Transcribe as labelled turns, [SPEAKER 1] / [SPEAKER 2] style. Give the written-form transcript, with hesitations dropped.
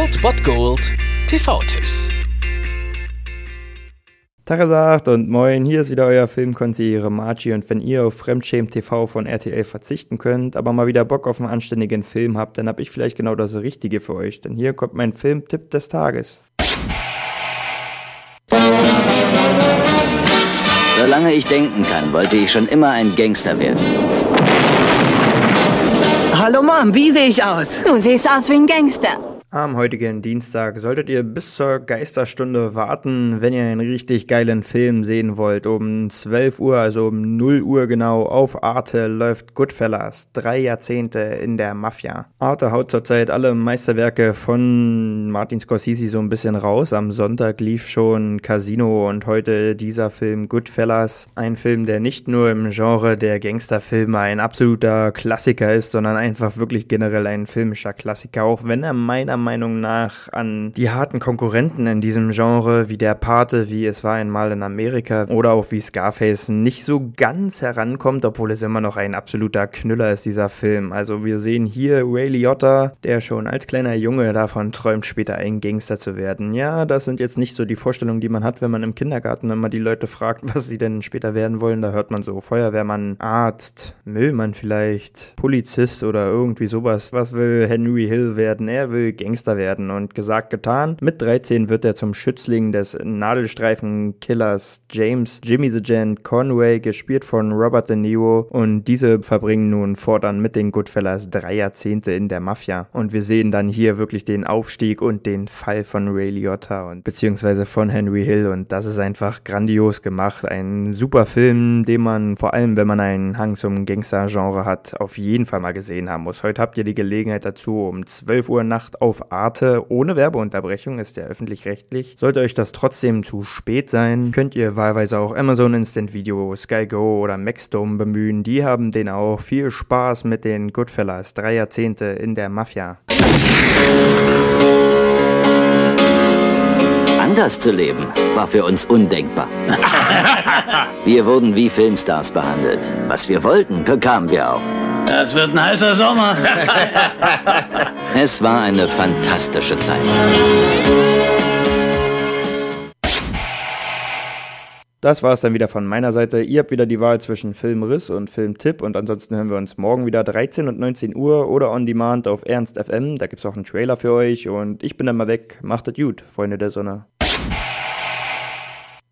[SPEAKER 1] Old Bot Gold TV-Tipps.
[SPEAKER 2] Tagesacht und moin, hier ist wieder euer Filmkonsigliere Margie und wenn ihr auf Fremdschämen TV von RTL verzichten könnt, aber mal wieder Bock auf einen anständigen Film habt, dann hab ich vielleicht genau das Richtige für euch, denn hier kommt mein Filmtipp des Tages.
[SPEAKER 3] Solange ich denken kann, wollte ich schon immer ein Gangster werden.
[SPEAKER 4] Hallo Mom, wie sehe ich aus?
[SPEAKER 5] Du siehst aus wie ein Gangster.
[SPEAKER 2] Am heutigen Dienstag solltet ihr bis zur Geisterstunde warten, wenn ihr einen richtig geilen Film sehen wollt. Um 12 Uhr, also um 0 Uhr genau, auf Arte läuft Goodfellas, 3 Jahrzehnte in der Mafia. Arte haut zurzeit alle Meisterwerke von Martin Scorsese so ein bisschen raus. Am Sonntag lief schon Casino und heute dieser Film Goodfellas. Ein Film, der nicht nur im Genre der Gangsterfilme ein absoluter Klassiker ist, sondern einfach wirklich generell ein filmischer Klassiker, auch wenn er meiner Meinung nach an die harten Konkurrenten in diesem Genre wie Der Pate, wie Es war einmal in Amerika oder auch wie Scarface nicht so ganz herankommt, obwohl es immer noch ein absoluter Knüller ist, dieser Film. Also wir sehen hier Ray Liotta, der schon als kleiner Junge davon träumt, später ein Gangster zu werden. Ja, das sind jetzt nicht so die Vorstellungen, die man hat, wenn man im Kindergarten immer die Leute fragt, was sie denn später werden wollen. Da hört man so Feuerwehrmann, Arzt, Müllmann vielleicht, Polizist oder irgendwie sowas. Was will Henry Hill werden? Er will Gangster werden und gesagt, getan. Mit 13 wird er zum Schützling des Nadelstreifen-Killers James Jimmy the Gent Conway, gespielt von Robert De Niro, und diese verbringen nun fortan mit den Goodfellas 3 Jahrzehnte in der Mafia. Und wir sehen dann hier wirklich den Aufstieg und den Fall von Ray Liotta und beziehungsweise von Henry Hill, und das ist einfach grandios gemacht. Ein super Film, den man vor allem, wenn man einen Hang zum Gangster-Genre hat, auf jeden Fall mal gesehen haben muss. Heute habt ihr die Gelegenheit dazu um 12 Uhr Nacht auf Arte, ohne Werbeunterbrechung, ist ja öffentlich-rechtlich. Sollte euch das trotzdem zu spät sein, könnt ihr wahlweise auch Amazon Instant Video, Sky Go oder Maxdome bemühen. Die haben den auch. Viel Spaß mit den Goodfellas, 3 Jahrzehnte in der Mafia.
[SPEAKER 3] Anders zu leben war für uns undenkbar. Wir wurden wie Filmstars behandelt. Was wir wollten, bekamen wir auch.
[SPEAKER 4] Das wird ein heißer Sommer.
[SPEAKER 3] Es war eine fantastische Zeit.
[SPEAKER 2] Das war es dann wieder von meiner Seite. Ihr habt wieder die Wahl zwischen Filmriss und Filmtipp, und ansonsten hören wir uns morgen wieder 13 und 19 Uhr oder on demand auf Ernst FM. Da gibt's auch einen Trailer für euch und ich bin dann mal weg. Macht es gut, Freunde der Sonne.